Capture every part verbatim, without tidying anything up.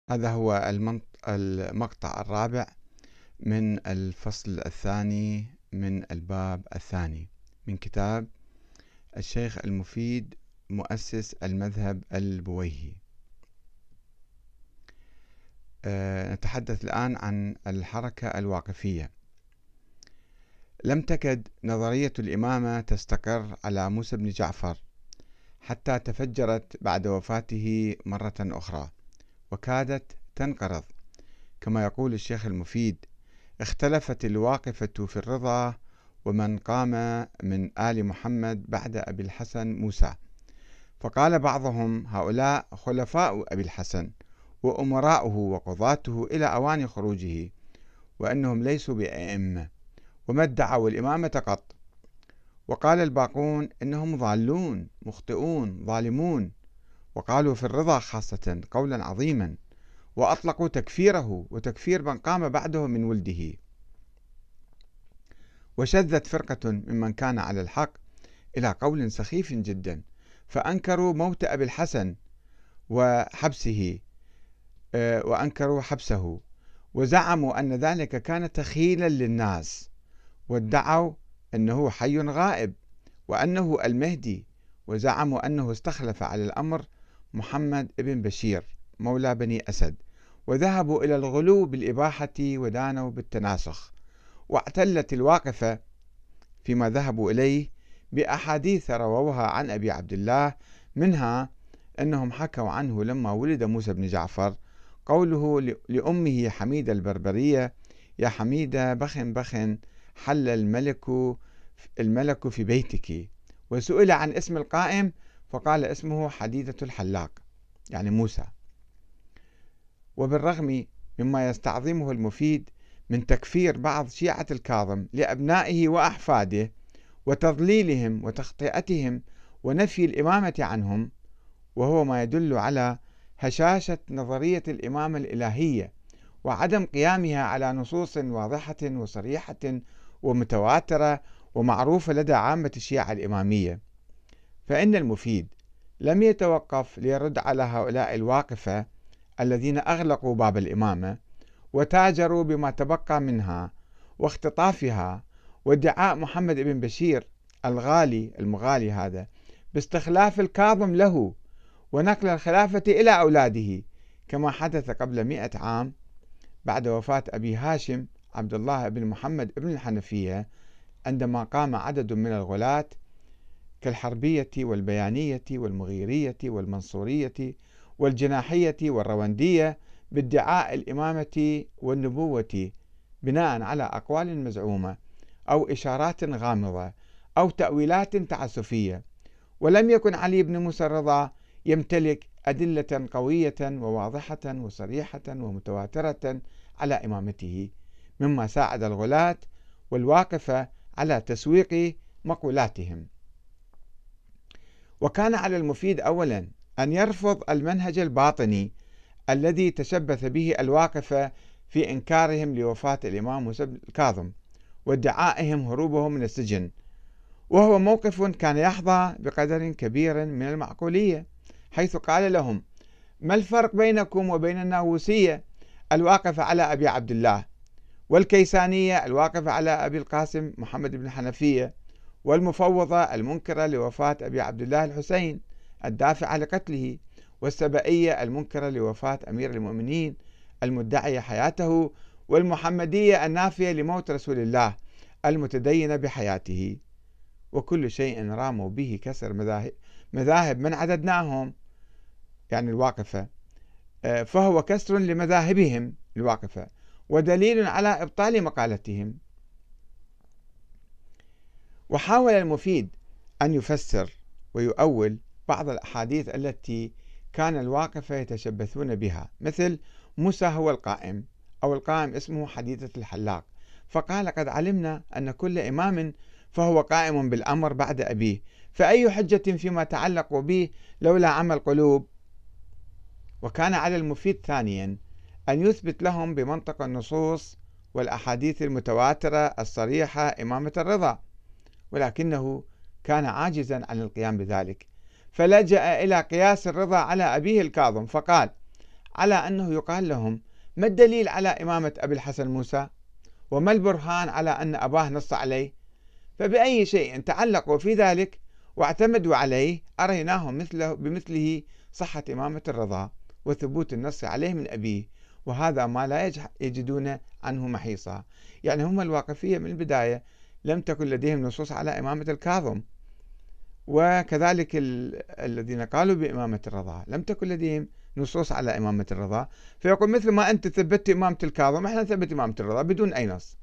هذا هو المنط- المقطع الرابع من الفصل الثاني من الباب الثاني من كتاب الشيخ المفيد مؤسس المذهب البويهي. أه نتحدث الآن عن الحركة الواقفية. لم تكد نظرية الإمامة تستقر على موسى بن جعفر حتى تفجرت بعد وفاته مرة أخرى وكادت تنقرض. كما يقول الشيخ المفيد: اختلفت الواقفة في الرضا ومن قام من آل محمد بعد أبي الحسن موسى، فقال بعضهم: هؤلاء خلفاء أبي الحسن وأمراؤه وقضاته إلى أوان خروجه، وأنهم ليسوا بأئمة وما ادعوا الإمامة قط. وقال الباقون: إنهم ضالون مخطئون ظالمون، وقالوا في الرضا خاصة قولا عظيما، وأطلقوا تكفيره وتكفير من قام بعده من ولده. وشذت فرقة ممن كان على الحق إلى قول سخيف جدا، فأنكروا موت أبي الحسن وحبسه وأنكروا حبسه، وزعموا أن ذلك كان تخيلا للناس، وادعوا أنه حي غائب وأنه المهدي، وزعموا أنه استخلف على الأمر محمد بن بشير مولى بني أسد، وذهبوا إلى الغلو بالإباحة ودانوا بالتناسخ. واعتلت الواقفة فيما ذهبوا إليه بأحاديث رووها عن أبي عبد الله، منها أنهم حكوا عنه لما ولد موسى بن جعفر قوله لأمه حميدة البربرية: يا حميدة بخ بخ حل الملك الملك في بيتك. وسئل عن اسم القائم فقال اسمه حديدة الحلاق، يعني موسى. وبالرغم مما يستعظمه المفيد من تكفير بعض شيعة الكاظم لأبنائه وأحفاده وتضليلهم وتخطئتهم ونفي الإمامة عنهم، وهو ما يدل على هشاشة نظرية الإمامة الإلهية وعدم قيامها على نصوص واضحة وصريحة ومتواترة ومعروفة لدى عامة الشيعة الإمامية، فإن المفيد لم يتوقف ليرد على هؤلاء الواقفة الذين أغلقوا باب الإمامة وتاجروا بما تبقى منها واختطافها، وادعاء محمد بن بشير الغالي المغالي هذا باستخلاف الكاظم له ونقل الخلافة إلى أولاده، كما حدث قبل مئة عام بعد وفاة أبي هاشم عبد الله بن محمد بن الحنفية، عندما قام عدد من الغلاة كالحربية والبيانية والمغيرية والمنصورية والجناحية والروندية بادعاء الإمامة والنبوة بناء على أقوال مزعومة أو إشارات غامضة أو تأويلات تعسفية. ولم يكن علي بن موسى الرضا يمتلك أدلة قوية وواضحة وصريحة ومتواترة على إمامته، مما ساعد الغلاة والواقفة على تسويق مقولاتهم. وكان على المفيد أولا أن يرفض المنهج الباطني الذي تشبث به الواقفة في إنكارهم لوفاة الإمام موسى الكاظم وادعائهم هروبه من السجن، وهو موقف كان يحظى بقدر كبير من المعقولية، حيث قال لهم: ما الفرق بينكم وبين الناووسية الواقفة على أبي عبد الله، والكيسانية الواقفة على أبي القاسم محمد بن حنفية، والمفوضة المنكرة لوفاة أبي عبد الله الحسين الدافعة لقتله، والسبائية المنكرة لوفاة أمير المؤمنين المدعية حياته، والمحمدية النافية لموت رسول الله المتدينة بحياته. وكل شيء راموا به كسر مذاهب, مذاهب من عددناهم، يعني الواقفة، فهو كسر لمذاهبهم الواقفة ودليل على إبطال مقالتهم. وحاول المفيد أن يفسر ويؤول بعض الأحاديث التي كان الواقفة يتشبثون بها، مثل موسى هو القائم، أو القائم اسمه حديدة الحلاق، فقال: قد علمنا أن كل إمام فهو قائم بالأمر بعد أبيه، فأي حجة فيما تعلق به لولا عمل قلوب. وكان على المفيد ثانيا أن يثبت لهم بمنطق النصوص والأحاديث المتواترة الصريحة إمامة الرضا، ولكنه كان عاجزا عن القيام بذلك، فلجأ إلى قياس الرضا على أبيه الكاظم، فقال: على أنه يقال لهم: ما الدليل على إمامة أبي الحسن موسى؟ وما البرهان على أن أباه نص عليه؟ فبأي شيء تعلقوا في ذلك واعتمدوا عليه أريناهم مثله بمثله صحة إمامة الرضا وثبوت النص عليه من أبيه، وهذا ما لا يجدون عنه محيصا. يعني هم الواقفية من البداية لم تكن لديهم نصوص على إمامة الكاظم، وكذلك الذين قالوا بإمامة الرضا لم تكن لديهم نصوص على إمامة الرضا، فيقول مثل ما أنت ثبتت إمامة الكاظم احنا نثبت إمامة الرضا بدون أي نص،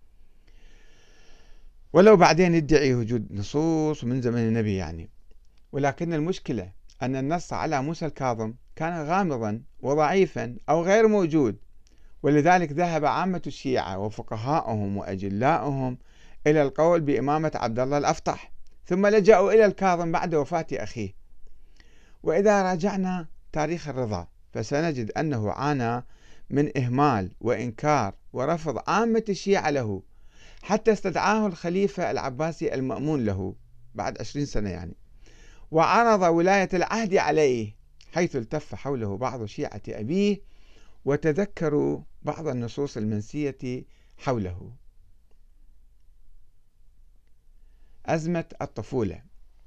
ولو بعدين يدعي وجود نصوص من زمن النبي يعني. ولكن المشكلة أن النص على موسى الكاظم كان غامضا وضعيفا أو غير موجود، ولذلك ذهب عامة الشيعة وفقهاؤهم وأجلاؤهم إلى القول بإمامة عبد الله الأفطح، ثم لجأوا إلى الكاظم بعد وفاة أخيه. وإذا راجعنا تاريخ الرضا فسنجد أنه عانى من إهمال وإنكار ورفض عامة الشيعة له، حتى استدعاه الخليفة العباسي المأمون له بعد عشرين سنة يعني، وعرض ولاية العهد عليه، حيث التف حوله بعض شيعة أبيه وتذكروا بعض النصوص المنسية حوله. أزمة الطفولة.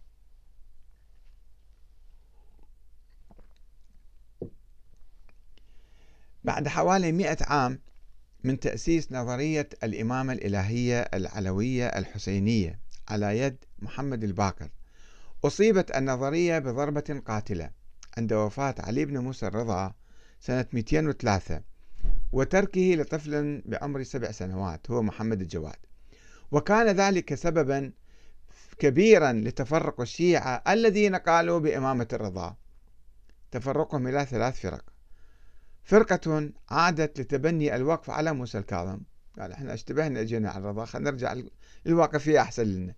بعد حوالي مئة عام من تأسيس نظرية الإمامة الإلهية العلوية الحسينية على يد محمد الباقر، أصيبت النظرية بضربة قاتلة عند وفاة علي بن موسى الرضا سنة مئتين وثلاثة وتركه لطفل بعمر سبع سنوات هو محمد الجواد، وكان ذلك سببا كبيرا لتفرق الشيعة الذين قالوا بإمامة الرضا، تفرقهم إلى ثلاث فرق. فرقة عادت لتبني الوقف على موسى الكاظم، قال احنا اشتبهنا اجينا على الرضا خلينا نرجع للواقفية أحسن لنا.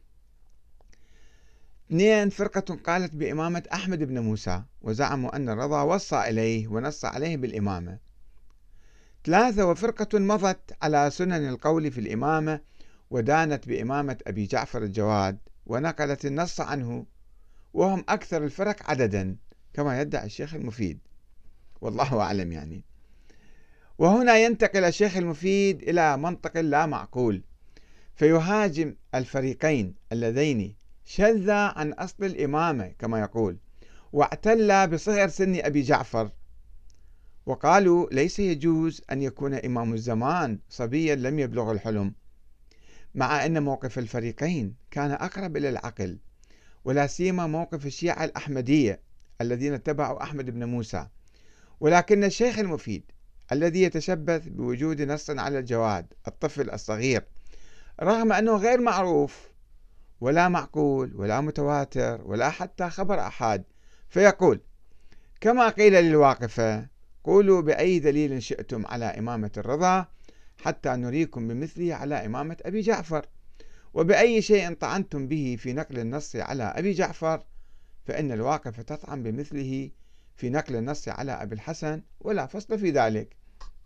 اثنين، فرقة قالت بإمامة أحمد بن موسى وزعموا أن الرضا وصى إليه ونص عليه بالإمامة. ثلاثة، وفرقة مضت على سنن القول في الإمامة ودانت بإمامة أبي جعفر الجواد ونقلت النص عنه، وهم أكثر الفرق عددا كما يدعي الشيخ المفيد، والله أعلم يعني. وهنا ينتقل الشيخ المفيد إلى منطق لا معقول، فيهاجم الفريقين اللذين شذا عن أصل الإمامة كما يقول، واعتلا بصغر سن أبي جعفر، وقالوا ليس يجوز أن يكون إمام الزمان صبيا لم يبلغ الحلم، مع أن موقف الفريقين كان أقرب إلى العقل، ولا سيما موقف الشيعة الأحمدية الذين اتبعوا أحمد بن موسى. ولكن الشيخ المفيد الذي يتشبث بوجود نص على الجواد الطفل الصغير، رغم أنه غير معروف ولا معقول ولا متواتر ولا حتى خبر أحد، فيقول كما قيل للواقفة: قولوا بأي دليل شئتم على إمامة الرضا حتى نريكم بمثله على إمامة أبي جعفر، وبأي شيء طعنتم به في نقل النص على أبي جعفر فإن الواقفة تطعن بمثله في نقل النص على أبي الحسن ولا فصل في ذلك.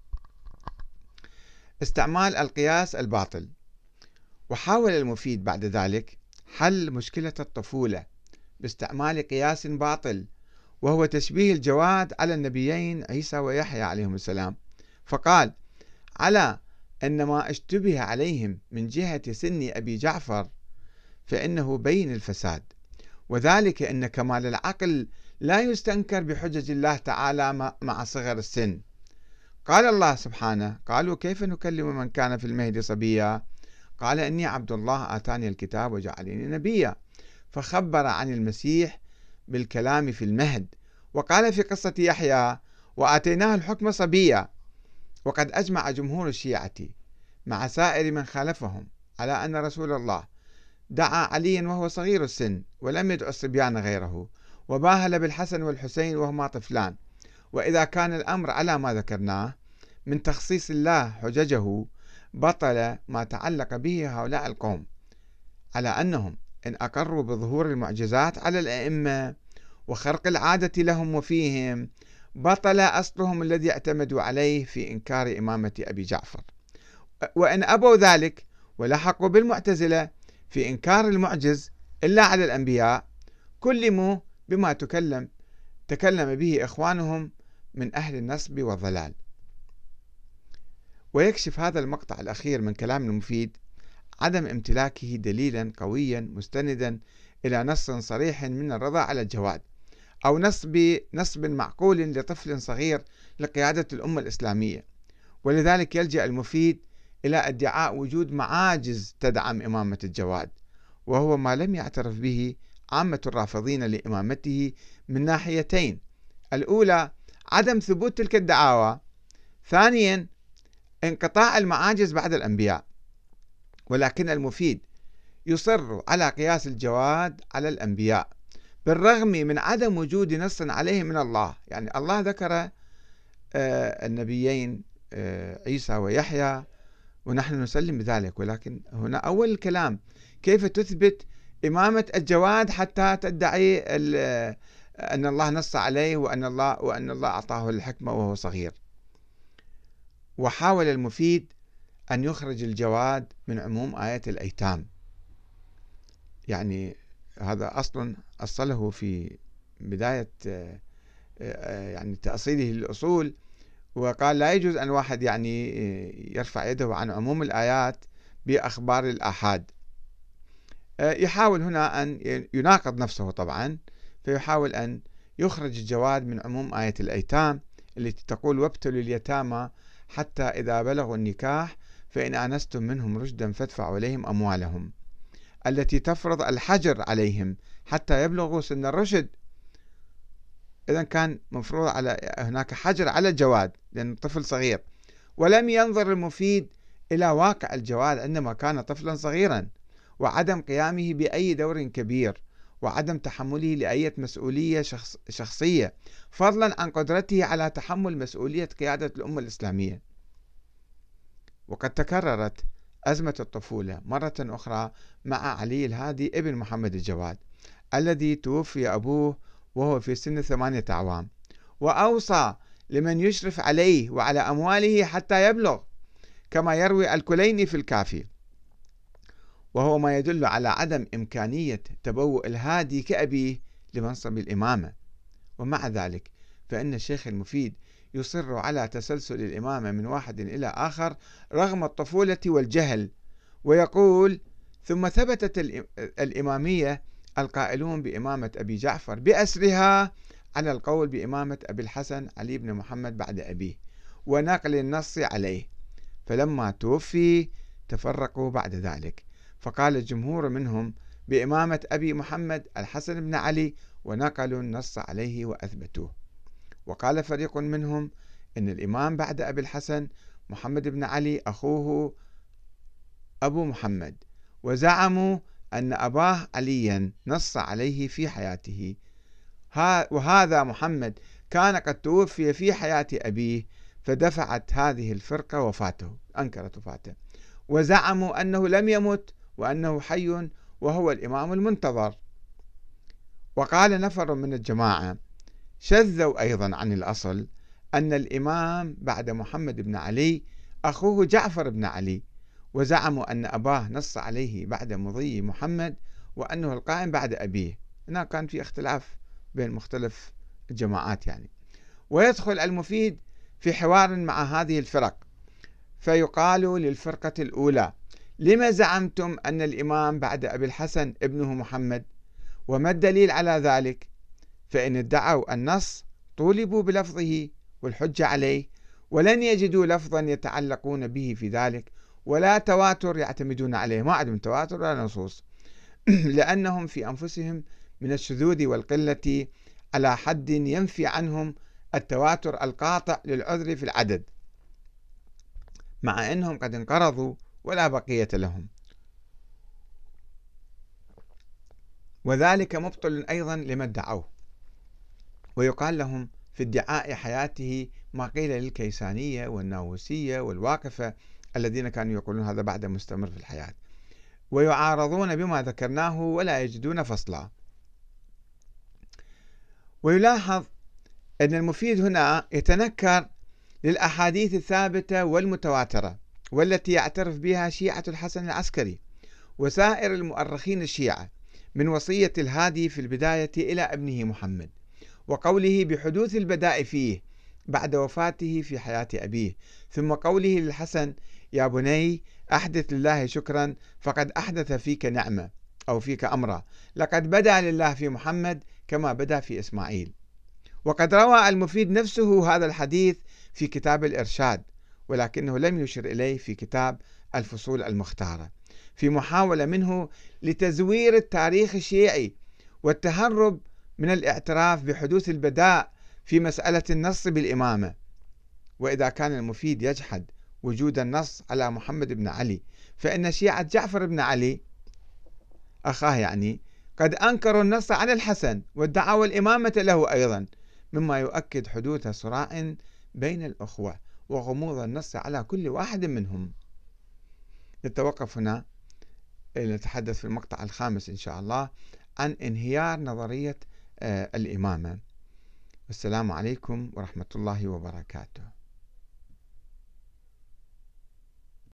استعمال القياس الباطل. وحاول المفيد بعد ذلك حل مشكلة الطفولة باستعمال قياس باطل، وهو تشبيه الجواد على النبيين عيسى ويحيى عليهم السلام، فقال: على أن ما اشتبه عليهم من جهة سن أبي جعفر فإنه بين الفساد، وذلك أن كمال العقل لا يستنكر بحجج الله تعالى مع صغر السن. قال الله سبحانه: قالوا كيف نكلم من كان في المهد صبيا قال إني عبد الله آتاني الكتاب وجعلني نبيا، فخبر عن المسيح بالكلام في المهد. وقال في قصة يحيى: وآتيناه الحكم صبيا. وقد أجمع جمهور الشيعة مع سائر من خالفهم على أن رسول الله دعا عليا وهو صغير السن ولم يدع الصبيان غيره، وباهل بالحسن والحسين وهما طفلان. وإذا كان الأمر على ما ذكرناه من تخصيص الله حججه بطل ما تعلق به هؤلاء القوم، على أنهم إن أقروا بظهور المعجزات على الأئمة وخرق العادة لهم وفيهم بطل أصلهم الذي اعتمدوا عليه في إنكار إمامة أبي جعفر. وإن أبوا ذلك ولحقوا بالمعتزلة في إنكار المعجز إلا على الأنبياء كلموا بما تكلم تكلم به إخوانهم من أهل النصب والضلال. ويكشف هذا المقطع الأخير من كلام المفيد عدم امتلاكه دليلا قويا مستندا إلى نص صريح من الرضا على الجواد، أو نصب نصب معقول لطفل صغير لقيادة الأمة الإسلامية، ولذلك يلجأ المفيد إلى ادعاء وجود معاجز تدعم إمامة الجواد، وهو ما لم يعترف به عامة الرافضين لإمامته من ناحيتين: الأولى عدم ثبوت تلك الدعاوى، ثانيا انقطاع المعاجز بعد الأنبياء. ولكن المفيد يصر على قياس الجواد على الأنبياء بالرغم من عدم وجود نص عليه من الله. يعني الله ذكر النبيين عيسى ويحيى ونحن نسلم بذلك، ولكن هنا أول الكلام كيف تثبت إمامة الجواد حتى تدعي أن الله نص عليه وأن الله وأن الله أعطاه الحكمة وهو صغير. وحاول المفيد أن يخرج الجواد من عموم آية الأيتام، يعني هذا أصلا أصله في بداية يعني تأصيله للأصول، وقال لا يجوز أن واحد يعني يرفع يده عن عموم الآيات بأخبار الآحاد. يحاول هنا أن يناقض نفسه طبعا، فيحاول أن يخرج الجواد من عموم آية الأيتام التي تقول: وابتلوا اليتامى حتى إذا بلغوا النكاح فإن آنستم منهم رشدا فادفعوا إليهم أموالهم، التي تفرض الحجر عليهم حتى يبلغوا سن الرشد. إذن كان مفروض على هناك حجر على الجواد لأنه طفل صغير، ولم ينظر المفيد إلى واقع الجواد عندما كان طفلا صغيرا، وعدم قيامه بأي دور كبير، وعدم تحمله لأي مسؤولية شخص شخصية، فضلا عن قدرته على تحمل مسؤولية قيادة الأمة الإسلامية. وقد تكررت أزمة الطفولة مرة أخرى مع علي الهادي ابن محمد الجواد، الذي توفي أبوه وهو في سن ثمانية أعوام، وأوصى لمن يشرف عليه وعلى أمواله حتى يبلغ، كما يروي الكليني في الكافي، وهو ما يدل على عدم إمكانية تبوء الهادي كأبيه لمنصب الإمامة. ومع ذلك فإن الشيخ المفيد يصر على تسلسل الإمامة من واحد إلى آخر رغم الطفولة والجهل، ويقول: ثم ثبتت الإمامية القائلون بإمامة أبي جعفر بأسرها على القول بإمامة أبي الحسن علي بن محمد بعد أبيه ونقل النص عليه، فلما توفي تفرقوا بعد ذلك، فقال الجمهور منهم بإمامة أبي محمد الحسن بن علي ونقلوا النص عليه وأثبتوه، وقال فريق منهم إن الإمام بعد أبي الحسن محمد بن علي أخوه أبو محمد، وزعموا أن أباه عليا نص عليه في حياته، وهذا محمد كان قد توفي في حياة أبيه، فدفعت هذه الفرقة وفاته، أنكرت وفاته، وزعموا أنه لم يمت وأنه حي وهو الإمام المنتظر. وقال نفر من الجماعة شذوا أيضا عن الأصل أن الإمام بعد محمد بن علي أخوه جعفر بن علي، وزعموا أن أباه نص عليه بعد مضي محمد وأنه القائم بعد أبيه. هنا كان في اختلاف بين مختلف الجماعات يعني. ويدخل المفيد في حوار مع هذه الفرق، فيقال للفرقة الأولى: لما زعمتم أن الإمام بعد أبي الحسن ابنه محمد؟ وما الدليل على ذلك؟ فإن ادعوا النص طولبوا بلفظه والحجة عليه، ولن يجدوا لفظا يتعلقون به في ذلك، ولا تواتر يعتمدون عليه، ما عندهم تواتر ولا نصوص لأنهم في أنفسهم من الشذوذ والقلة على حد ينفي عنهم التواتر القاطع للعذر في العدد، مع أنهم قد انقرضوا ولا بقية لهم. وذلك مبطل أيضا لما ادعوه. ويقال لهم في ادعاء حياته ما قيل للكيسانية والناووسية والواقفة الذين كانوا يقولون هذا بعد مستمر في الحياة، ويعارضون بما ذكرناه ولا يجدون فصلا. ويلاحظ أن المفيد هنا يتنكر للأحاديث الثابتة والمتواترة والتي يعترف بها شيعة الحسن العسكري وسائر المؤرخين الشيعة من وصية الهادي في البداية إلى ابنه محمد، وقوله بحدوث البداء فيه بعد وفاته في حياة أبيه، ثم قوله للحسن: يا بني أحدث لله شكرا فقد أحدث فيك نعمة أو فيك أمرا، لقد بدا لله في محمد كما بدا في إسماعيل. وقد روى المفيد نفسه هذا الحديث في كتاب الإرشاد، ولكنه لم يشر إليه في كتاب الفصول المختارة، في محاولة منه لتزوير التاريخ الشيعي والتهرب من الاعتراف بحدوث البداء في مسألة النص بالإمامة. وإذا كان المفيد يجحد وجود النص على محمد بن علي، فإن شيعة جعفر بن علي أخاه يعني قد أنكروا النص على الحسن وادعوا الإمامة له أيضا، مما يؤكد حدوث صراع بين الأخوة وغموض النص على كل واحد منهم. نتوقف هنا، نتحدث في المقطع الخامس إن شاء الله عن انهيار نظرية الإمامة. والسلام عليكم ورحمة الله وبركاته.